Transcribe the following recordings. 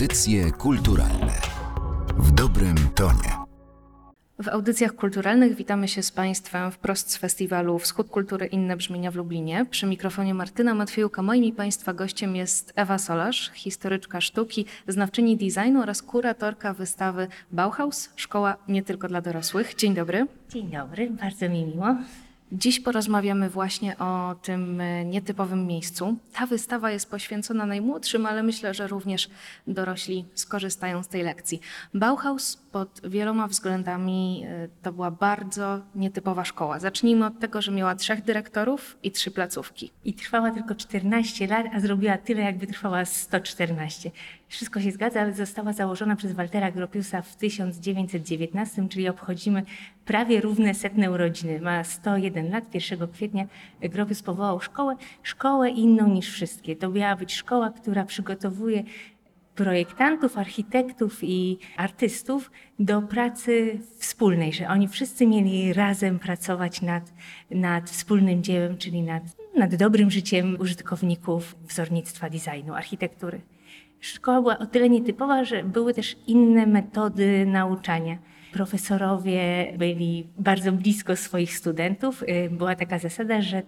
Audycje kulturalne w dobrym tonie. W audycjach kulturalnych witamy się z Państwem wprost z festiwalu Wschód Kultury Inne Brzmienia w Lublinie. Przy mikrofonie Martyna Matwiejuka. Moim i Państwa gościem jest Ewa Solarz, historyczka sztuki, znawczyni designu oraz kuratorka wystawy Bauhaus, szkoła nie tylko dla dorosłych. Dzień dobry. Dzień dobry, bardzo mi miło. Dziś porozmawiamy właśnie o tym nietypowym miejscu. Ta wystawa jest poświęcona najmłodszym, ale myślę, że również dorośli skorzystają z tej lekcji. Bauhaus pod wieloma względami to była bardzo nietypowa szkoła. Zacznijmy od tego, że miała 3 dyrektorów i 3 placówki. I trwała tylko 14 lat, a zrobiła tyle, jakby trwała 114. Wszystko się zgadza, ale została założona przez Waltera Gropiusa w 1919, czyli obchodzimy prawie równe 100 urodziny. Ma 101 lat. 1 kwietnia Gropius powołał szkołę inną niż wszystkie. To miała być szkoła, która przygotowuje projektantów, architektów i artystów do pracy wspólnej, że oni wszyscy mieli razem pracować nad wspólnym dziełem, czyli nad dobrym życiem użytkowników wzornictwa, designu, architektury. Szkoła była o tyle nietypowa, że były też inne metody nauczania. Profesorowie byli bardzo blisko swoich studentów. Była taka zasada, że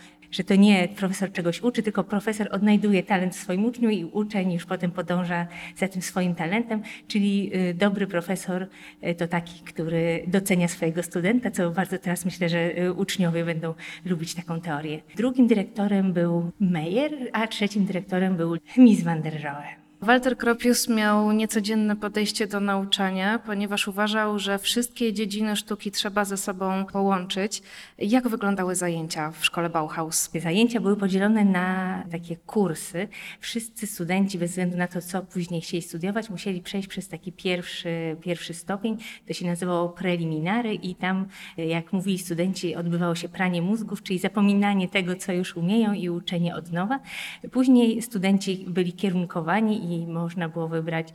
to nie profesor czegoś uczy, tylko profesor odnajduje talent w swoim uczniu i uczeń już potem podąża za tym swoim talentem. Czyli dobry profesor to taki, który docenia swojego studenta, co bardzo teraz myślę, że uczniowie będą lubić taką teorię. Drugim dyrektorem był Meyer, a trzecim dyrektorem był Mies van der Rohe. Walter Gropius miał niecodzienne podejście do nauczania, ponieważ uważał, że wszystkie dziedziny sztuki trzeba ze sobą połączyć. Jak wyglądały zajęcia w szkole Bauhaus? Te zajęcia były podzielone na takie kursy. Wszyscy studenci, bez względu na to, co później chcieli studiować, musieli przejść przez taki pierwszy stopień. To się nazywało preliminary i tam, jak mówili studenci, odbywało się pranie mózgów, czyli zapominanie tego, co już umieją i uczenie od nowa. Później studenci byli kierunkowani i można było wybrać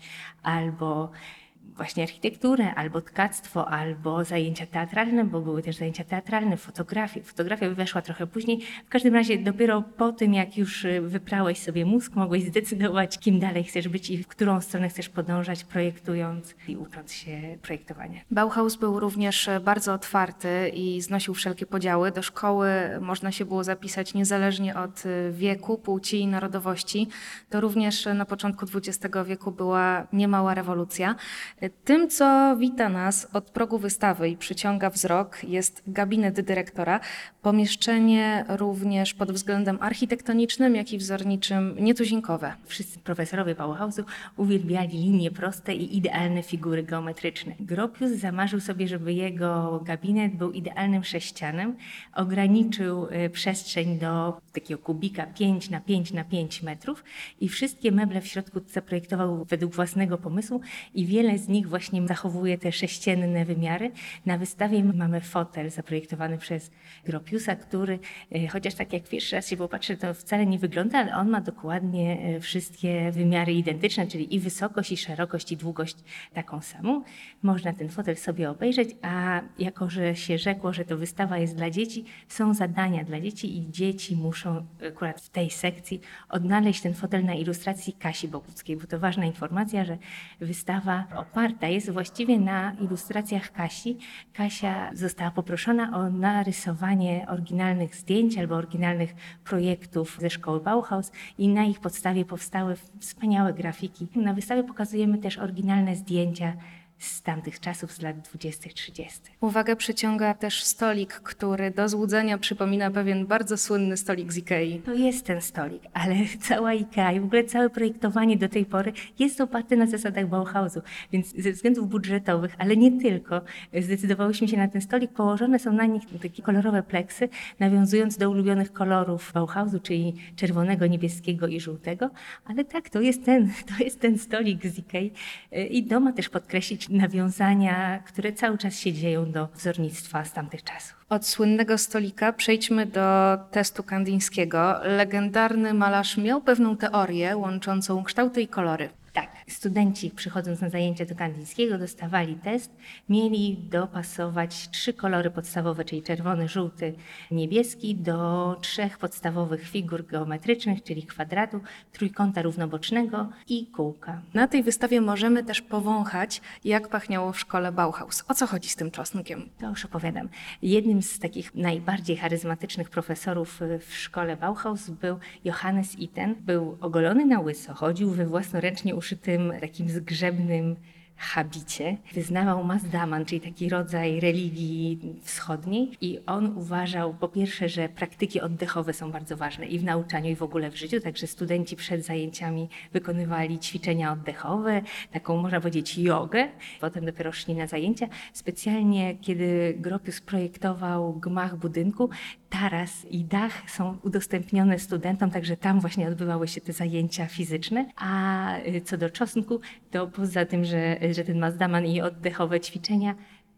albo właśnie architekturę, albo tkactwo, albo zajęcia teatralne, bo były też zajęcia teatralne, fotografię. Fotografia weszła trochę później. W każdym razie dopiero po tym, jak już wyprałeś sobie mózg, mogłeś zdecydować, kim dalej chcesz być i w którą stronę chcesz podążać, projektując i ucząc się projektowania. Bauhaus był również bardzo otwarty i znosił wszelkie podziały. Do szkoły można się było zapisać niezależnie od wieku, płci i narodowości. To również na początku XX wieku była niemała rewolucja. Tym, co wita nas od progu wystawy i przyciąga wzrok, jest gabinet dyrektora. Pomieszczenie również pod względem architektonicznym, jak i wzorniczym nietuzinkowe. Wszyscy profesorowie Bauhausu uwielbiali linie proste i idealne figury geometryczne. Gropius zamarzył sobie, żeby jego gabinet był idealnym sześcianem. Ograniczył przestrzeń do takiego kubika 5 na 5 na 5 metrów i wszystkie meble w środku zaprojektował według własnego pomysłu i wiele z nich właśnie zachowuje te sześcienne wymiary. Na wystawie mamy fotel zaprojektowany przez Gropiusa, który, chociaż tak jak pierwszy raz się popatrzy, to wcale nie wygląda, ale on ma dokładnie wszystkie wymiary identyczne, czyli i wysokość, i szerokość, i długość taką samą. Można ten fotel sobie obejrzeć, a jako, że się rzekło, że to wystawa jest dla dzieci, są zadania dla dzieci i dzieci muszą akurat w tej sekcji odnaleźć ten fotel na ilustracji Kasi Boguckiej, bo to ważna informacja, że wystawa oparta jest właściwie na ilustracjach Kasi. Kasia została poproszona o narysowanie oryginalnych zdjęć albo oryginalnych projektów ze szkoły Bauhaus i na ich podstawie powstały wspaniałe grafiki. Na wystawie pokazujemy też oryginalne zdjęcia z tamtych czasów, z lat 20., 30. Uwagę przyciąga też stolik, który do złudzenia przypomina pewien bardzo słynny stolik z Ikei. To jest ten stolik, ale cała Ikea i w ogóle całe projektowanie do tej pory jest oparte na zasadach Bauhausu, więc ze względów budżetowych, ale nie tylko, zdecydowałyśmy się na ten stolik. Położone są na nich takie kolorowe pleksy, nawiązując do ulubionych kolorów Bauhausu, czyli czerwonego, niebieskiego i żółtego, ale tak, to jest ten stolik z Ikei i to ma też podkreślić nawiązania, które cały czas się dzieją do wzornictwa z tamtych czasów. Od słynnego stolika przejdźmy do testu Kandińskiego. Legendarny malarz miał pewną teorię łączącą kształty i kolory. Tak, Studenci, przychodząc na zajęcia do Kandińskiego, dostawali test, mieli dopasować 3 kolory podstawowe, czyli czerwony, żółty, niebieski, do 3 podstawowych figur geometrycznych, czyli kwadratu, trójkąta równobocznego i kółka. Na tej wystawie możemy też powąchać, jak pachniało w szkole Bauhaus. O co chodzi z tym czosnkiem? To już opowiadam. Jednym z takich najbardziej charyzmatycznych profesorów w szkole Bauhaus był Johannes Itten. Był ogolony na łyso, chodził we własnoręcznie uszytym takim zgrzebnym habicie. Wyznawał Mazdaman, czyli taki rodzaj religii wschodniej, i on uważał po pierwsze, że praktyki oddechowe są bardzo ważne i w nauczaniu, i w ogóle w życiu, także studenci przed zajęciami wykonywali ćwiczenia oddechowe, taką można powiedzieć jogę, potem dopiero szli na zajęcia. Specjalnie kiedy Gropius projektował gmach budynku, taras i dach są udostępnione studentom, także tam właśnie odbywały się te zajęcia fizyczne. A co do czosnku, to poza tym, że ten Mazdaman i oddechowe ćwiczenia,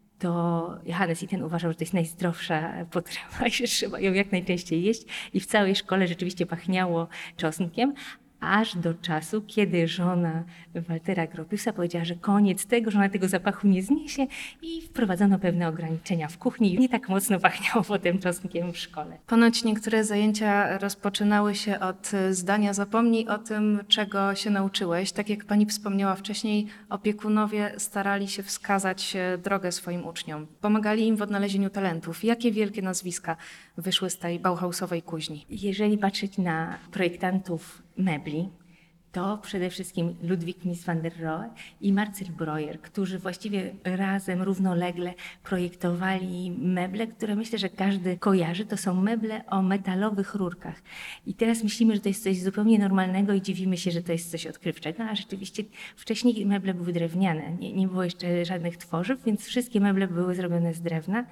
to Johannes Itten uważał, że to jest najzdrowsza potrawa i że trzeba ją jak najczęściej jeść. I w całej szkole rzeczywiście pachniało czosnkiem, aż do czasu, kiedy żona Waltera Gropiusa powiedziała, że koniec tego, że ona tego zapachu nie zniesie, i wprowadzono pewne ograniczenia w kuchni. Nie tak mocno pachniało potem czosnkiem w szkole. Ponoć niektóre zajęcia rozpoczynały się od zdania "zapomnij o tym, czego się nauczyłeś". Tak jak pani wspomniała wcześniej, opiekunowie starali się wskazać drogę swoim uczniom. Pomagali im w odnalezieniu talentów. Jakie wielkie nazwiska wyszły z tej bauhausowej kuźni? Jeżeli patrzeć na projektantów mebli, to przede wszystkim Ludwig Mies van der Rohe i Marcel Breuer, którzy właściwie razem, równolegle projektowali meble, które myślę, że każdy kojarzy. To są meble o metalowych rurkach. I teraz myślimy, że to jest coś zupełnie normalnego i dziwimy się, że to jest coś odkrywczego, a rzeczywiście wcześniej meble były drewniane. Nie było jeszcze żadnych tworzyw, więc wszystkie meble były zrobione z drewna.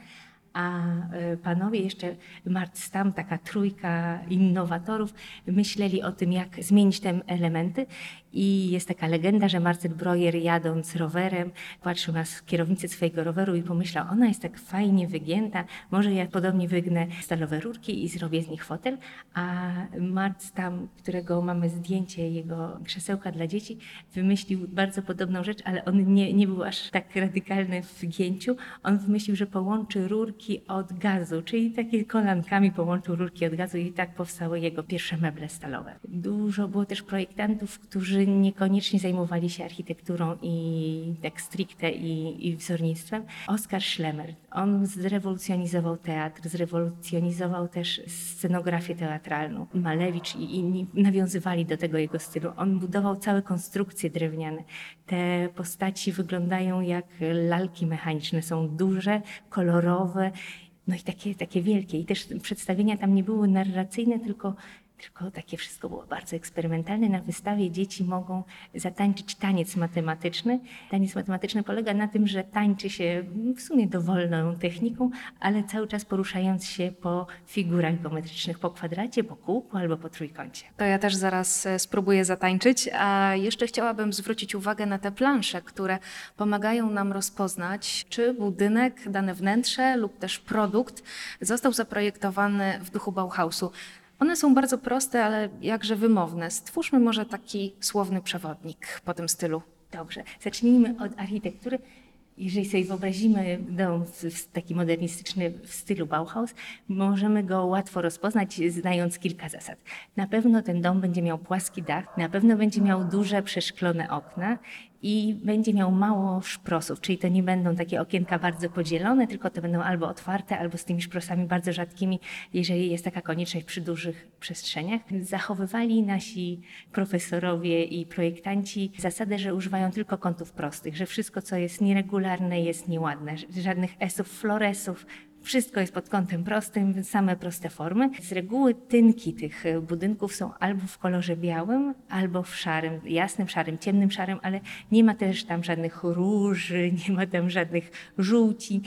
A panowie, jeszcze Mart Stam, taka trójka innowatorów, myśleli o tym, jak zmienić te elementy. I jest taka legenda, że Marcel Breuer, jadąc rowerem, patrzył na kierownicę swojego roweru i pomyślał, ona jest tak fajnie wygięta, może ja podobnie wygnę stalowe rurki i zrobię z nich fotel. A Mart Stam, którego mamy zdjęcie jego krzesełka dla dzieci, wymyślił bardzo podobną rzecz, ale on nie był aż tak radykalny w gięciu. On wymyślił, że połączy rurki od gazu, czyli takie kolankami połączył rurki od gazu, i tak powstały jego pierwsze meble stalowe. Dużo było też projektantów, którzy niekoniecznie zajmowali się architekturą i tak stricte i wzornictwem. Oskar Schlemmer, on zrewolucjonizował teatr, zrewolucjonizował też scenografię teatralną. Malewicz i inni nawiązywali do tego jego stylu. On budował całe konstrukcje drewniane. Te postaci wyglądają jak lalki mechaniczne, są duże, kolorowe, no i takie wielkie. I też przedstawienia tam nie były narracyjne, tylko takie wszystko było bardzo eksperymentalne. Na wystawie dzieci mogą zatańczyć taniec matematyczny. Taniec matematyczny polega na tym, że tańczy się w sumie dowolną techniką, ale cały czas poruszając się po figurach geometrycznych, po kwadracie, po kółku albo po trójkącie. To ja też zaraz spróbuję zatańczyć, a jeszcze chciałabym zwrócić uwagę na te plansze, które pomagają nam rozpoznać, czy budynek, dane wnętrze lub też produkt został zaprojektowany w duchu Bauhausu. One są bardzo proste, ale jakże wymowne. Stwórzmy może taki słowny przewodnik po tym stylu. Dobrze, zacznijmy od architektury. Jeżeli sobie wyobrazimy dom taki modernistyczny w stylu Bauhaus, możemy go łatwo rozpoznać, znając kilka zasad. Na pewno ten dom będzie miał płaski dach, na pewno będzie miał duże przeszklone okna i będzie miał mało szprosów, czyli to nie będą takie okienka bardzo podzielone, tylko to będą albo otwarte, albo z tymi szprosami bardzo rzadkimi, jeżeli jest taka konieczność przy dużych przestrzeniach. Zachowywali nasi profesorowie i projektanci zasadę, że używają tylko kątów prostych, że wszystko, co jest nieregularne, jest nieładne, żadnych esów, floresów. Wszystko jest pod kątem prostym, same proste formy. Z reguły tynki tych budynków są albo w kolorze białym, albo w szarym, jasnym szarym, ciemnym szarym, ale nie ma też tam żadnych róży, nie ma tam żadnych żółci.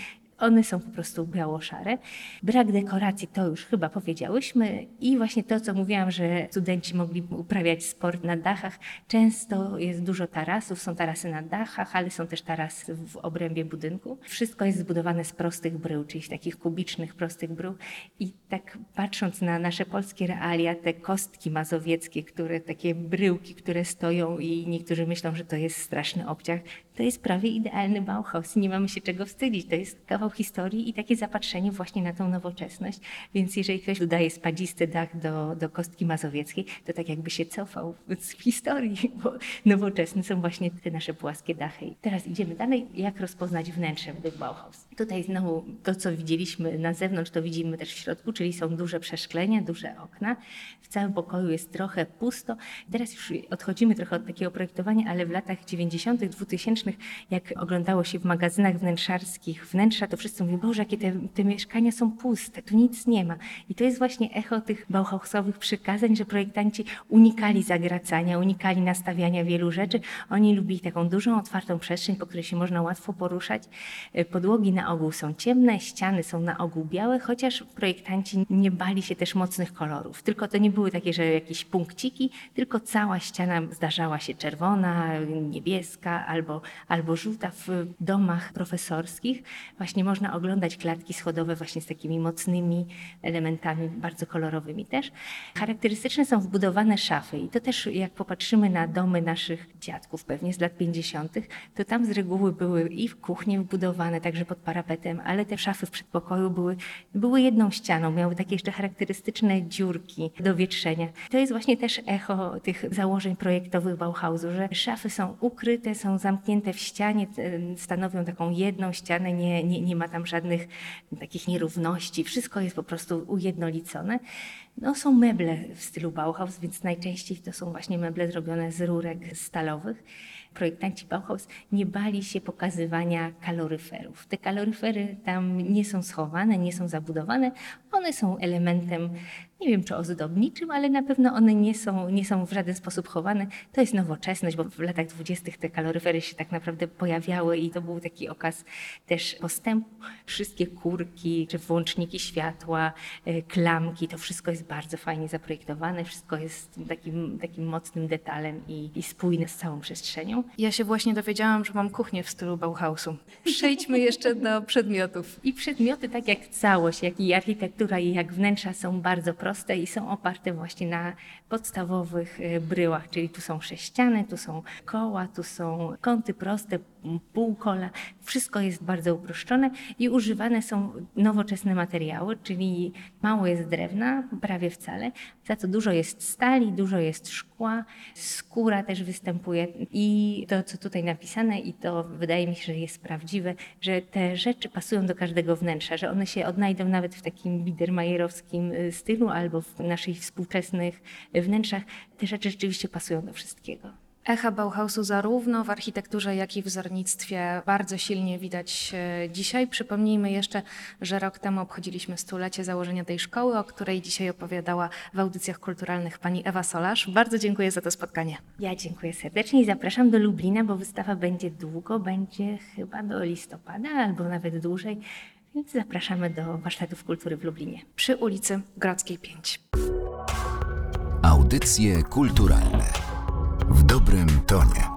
One są po prostu biało-szare. Brak dekoracji to już chyba powiedziałyśmy i właśnie to, co mówiłam, że studenci mogli uprawiać sport na dachach. Często jest dużo tarasów, są tarasy na dachach, ale są też tarasy w obrębie budynku. Wszystko jest zbudowane z prostych brył, czyli z takich kubicznych, prostych brył. I tak patrząc na nasze polskie realia, te kostki mazowieckie, takie bryłki, które stoją i niektórzy myślą, że to jest straszny obciach, to jest prawie idealny Bauhaus. Nie mamy się czego wstydzić. To jest kawał historii i takie zapatrzenie właśnie na tą nowoczesność. Więc jeżeli ktoś dodaje spadzisty dach do kostki mazowieckiej, to tak jakby się cofał z historii, bo nowoczesne są właśnie te nasze płaskie dachy. I teraz idziemy dalej. Jak rozpoznać wnętrze w Bauhaus? Tutaj znowu to, co widzieliśmy na zewnątrz, to widzimy też w środku, czyli są duże przeszklenia, duże okna. W całym pokoju jest trochę pusto. Teraz już odchodzimy trochę od takiego projektowania, ale w latach 90., 2000, jak oglądało się w magazynach wnętrzarskich wnętrza, to wszyscy mówią, Boże, jakie te mieszkania są puste, tu nic nie ma. I to jest właśnie echo tych bauhausowych przykazań, że projektanci unikali zagracania, unikali nastawiania wielu rzeczy. Oni lubili taką dużą, otwartą przestrzeń, po której się można łatwo poruszać. Podłogi na ogół są ciemne, ściany są na ogół białe, chociaż projektanci nie bali się też mocnych kolorów. Tylko to nie były takie, że jakieś punkciki, tylko cała ściana zdarzała się czerwona, niebieska albo żółta. W domach profesorskich właśnie można oglądać klatki schodowe właśnie z takimi mocnymi elementami, bardzo kolorowymi też. Charakterystyczne są wbudowane szafy i to też jak popatrzymy na domy naszych dziadków pewnie z lat 50., to tam z reguły były i w kuchnie wbudowane, także pod parapetem, ale te szafy w przedpokoju były jedną ścianą, miały takie jeszcze charakterystyczne dziurki do wietrzenia. To jest właśnie też echo tych założeń projektowych Bauhausu, że szafy są ukryte, są zamknięte w ścianie, stanowią taką jedną ścianę, nie ma tam żadnych takich nierówności, wszystko jest po prostu ujednolicone. No, są meble w stylu Bauhaus, więc najczęściej to są właśnie meble zrobione z rurek stalowych. Projektanci Bauhaus nie bali się pokazywania kaloryferów. Te kaloryfery tam nie są schowane, nie są zabudowane. One są elementem, nie wiem czy ozdobniczym, ale na pewno one nie są w żaden sposób chowane. To jest nowoczesność, bo w latach 20. te kaloryfery się tak naprawdę pojawiały i to był taki okaz też postępu. Wszystkie kurki, czy włączniki światła, klamki, to wszystko jest bardzo fajnie zaprojektowane. Wszystko jest takim mocnym detalem i spójne z całą przestrzenią. Ja się właśnie dowiedziałam, że mam kuchnię w stylu Bauhausu. Przejdźmy jeszcze do przedmiotów. I przedmioty, tak jak całość, jak i architektura i jak wnętrza są bardzo proste i są oparte właśnie na podstawowych bryłach, czyli tu są sześciany, tu są koła, tu są kąty proste, półkola. Wszystko jest bardzo uproszczone i używane są nowoczesne materiały, czyli mało jest drewna, prawie wcale, za to dużo jest stali, dużo jest szkła, skóra też występuje i to, co tutaj napisane i to wydaje mi się, że jest prawdziwe, że te rzeczy pasują do każdego wnętrza, że one się odnajdą nawet w takim biedermajerowskim stylu albo w naszych współczesnych wnętrzach. Te rzeczy rzeczywiście pasują do wszystkiego. Echa Bauhausu zarówno w architekturze, jak i w wzornictwie bardzo silnie widać dzisiaj. Przypomnijmy jeszcze, że rok temu obchodziliśmy stulecie założenia tej szkoły, o której dzisiaj opowiadała w audycjach kulturalnych pani Ewa Solarz. Bardzo dziękuję za to spotkanie. Ja dziękuję serdecznie i zapraszam do Lublina, bo wystawa będzie długo, będzie chyba do listopada albo nawet dłużej, więc zapraszamy do warsztatów kultury w Lublinie. Przy ulicy Grodzkiej 5. Audycje kulturalne w dobrym tonie.